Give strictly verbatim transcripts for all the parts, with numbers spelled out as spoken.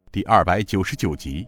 第二百九十九集。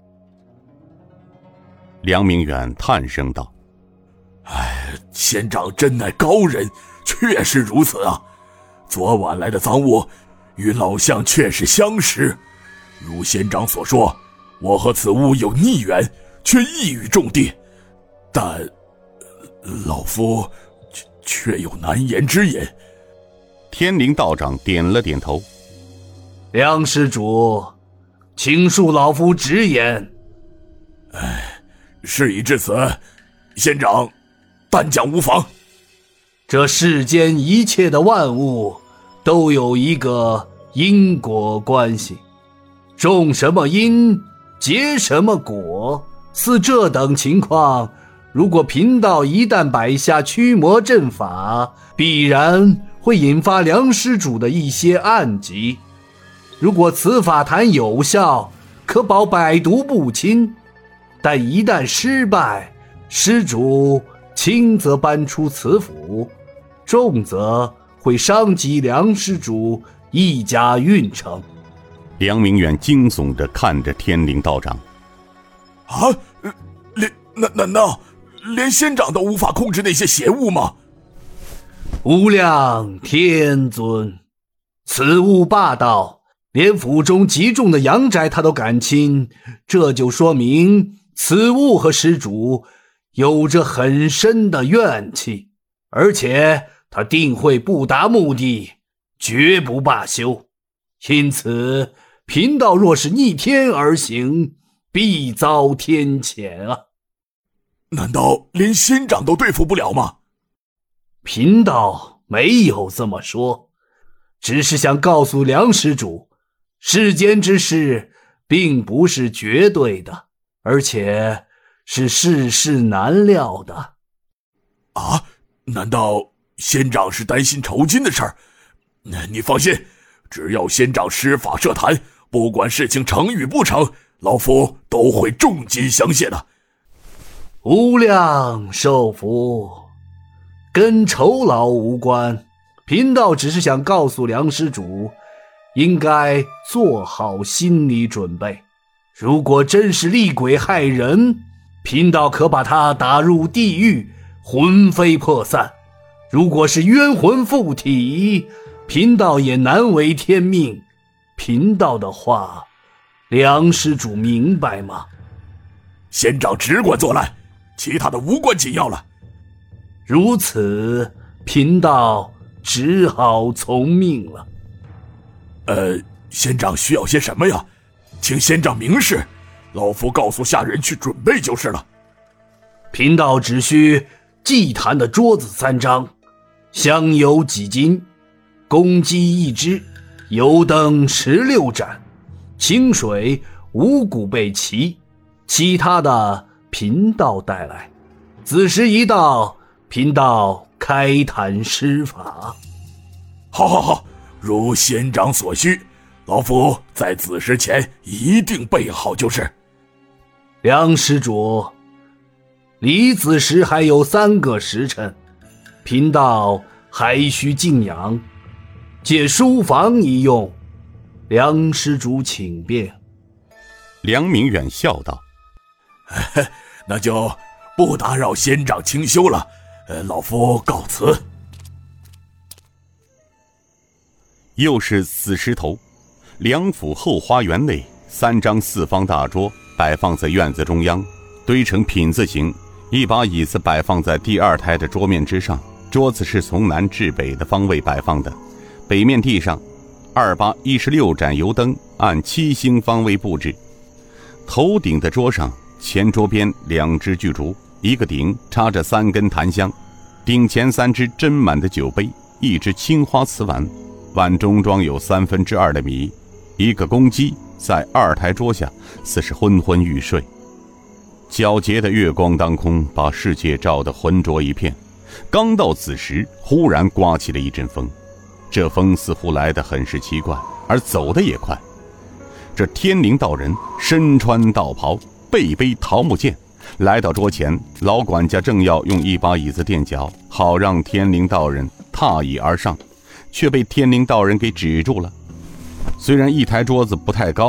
梁明远叹声道： 哎，仙长真乃高人，确实如此啊。昨晚来的赃物与老相确实相识，如仙长所说，我和此物有逆缘，却一语中的，但老夫却有难言之隐。 天灵道长点了点头。 梁施主，请恕老夫直言。 哎，事已至此，仙长但讲无妨。 这世间一切的万物都有一个因果关系，种什么因结什么果。似这等情况，如果贫道一旦摆下驱魔阵法，必然会引发梁施主的一些暗疾。如果此法坛有效，可保百毒不侵，但一旦失败，施主轻则搬出此府，重则会伤及梁施主一家运程。 梁明远惊悚地看着天灵道长。 啊，连难难道连仙长都无法控制那些邪物吗？ 无量天尊，此物霸道，连府中极重的阳宅他都敢侵，这就说明此物和施主有着很深的怨气，而且他定会不达目的，绝不罢休。因此贫道若是逆天而行，必遭天谴啊！ 难道连仙长都对付不了吗？ 贫道没有这么说，只是想告诉梁施主，世间之事并不是绝对的，而且是世事难料的。 啊，难道仙长是担心酬金的事儿？你放心，只要仙长施法设坛，不管事情成与不成，老夫都会重金相谢的。 无量寿福，跟酬劳无关。贫道只是想告诉梁施主，应该做好心理准备。如果真是厉鬼害人，贫道可把他打入地狱，魂飞魄散；如果是冤魂附体，贫道也难违天命。贫道的话，梁施主明白吗？ 仙长只管做来，其他的无关紧要了。 如此，贫道只好从命了。 呃，仙长需要些什么呀？请仙长明示，老夫告诉下人去准备就是了。 贫道只需祭坛的桌子三张，香油几斤，公鸡一只，油灯十六盏，清水五谷备齐，其他的贫道带来。子时一到，贫道开坛施法。 好好好，如仙长所需，老夫在子时前一定备好就是。 梁施主，离子时还有三个时辰，贫道还需静养，借书房一用，梁施主请便。 梁明远笑道： 那就不打扰仙长清修了，呃，老夫告辞。 又是子时头，梁府后花园内，三张四方大桌摆放在院子中央，堆成品字形，一把椅子摆放在第二台的桌面之上，桌子是从南至北的方位摆放的。北面地上二八一十六盏油灯按七星方位布置，头顶的桌上前桌边两只巨烛，一个顶插着三根檀香，顶前三只斟满的酒杯，一只青花瓷碗，碗中装有三分之二的米，一个公鸡在二台桌下似是昏昏欲睡。皎洁的月光当空，把世界照得浑浊一片。刚到子时，忽然刮起了一阵风，这风似乎来得很是奇怪，而走得也快。这天灵道人身穿道袍，背背桃木剑，来到桌前，老管家正要用一把椅子垫脚，好让天灵道人踏椅而上，却被天灵道人给止住了。虽然一台桌子不太高，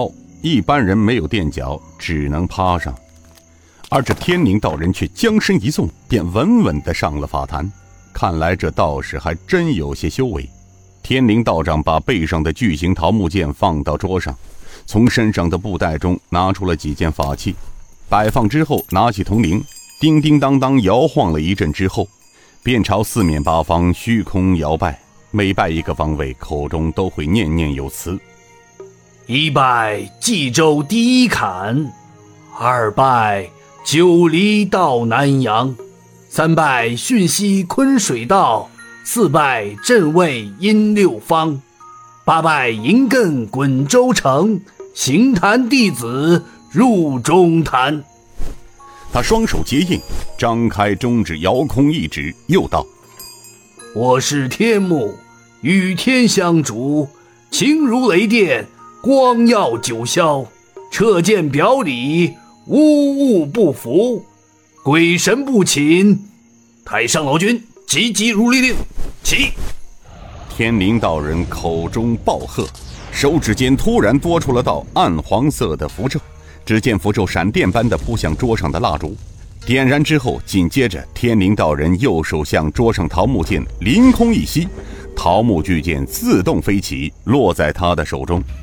一般人没有垫脚，只能趴上。而这天灵道人却将身一纵，便稳稳地上了法坛。看来这道士还真有些修为。天灵道长把背上的巨型桃木剑放到桌上，从身上的布袋中拿出了几件法器，摆放之后，拿起铜铃，叮叮当当摇晃了一阵之后，便朝四面八方虚空摇拜。每拜一个方位，口中都会念念有词。 一拜冀州第一坎，二拜九黎到南阳，三拜讯息昆水道，四拜镇卫阴六方，八拜银艮滚州城，行坛弟子入中坛。 他双手结印，张开中指，遥空一指，又道： 我是天目，与天相主，情如雷电，光耀九霄，彻见表里，无物不服，鬼神不侵。太上老君急急如律令，起！ 天灵道人口中暴喝，手指间突然多出了道暗黄色的符咒，只见符咒闪电般的扑向桌上的蜡烛，点燃之后，紧接着天灵道人右手向桌上桃木剑凌空一吸，桃木巨剑自动飞起，落在他的手中。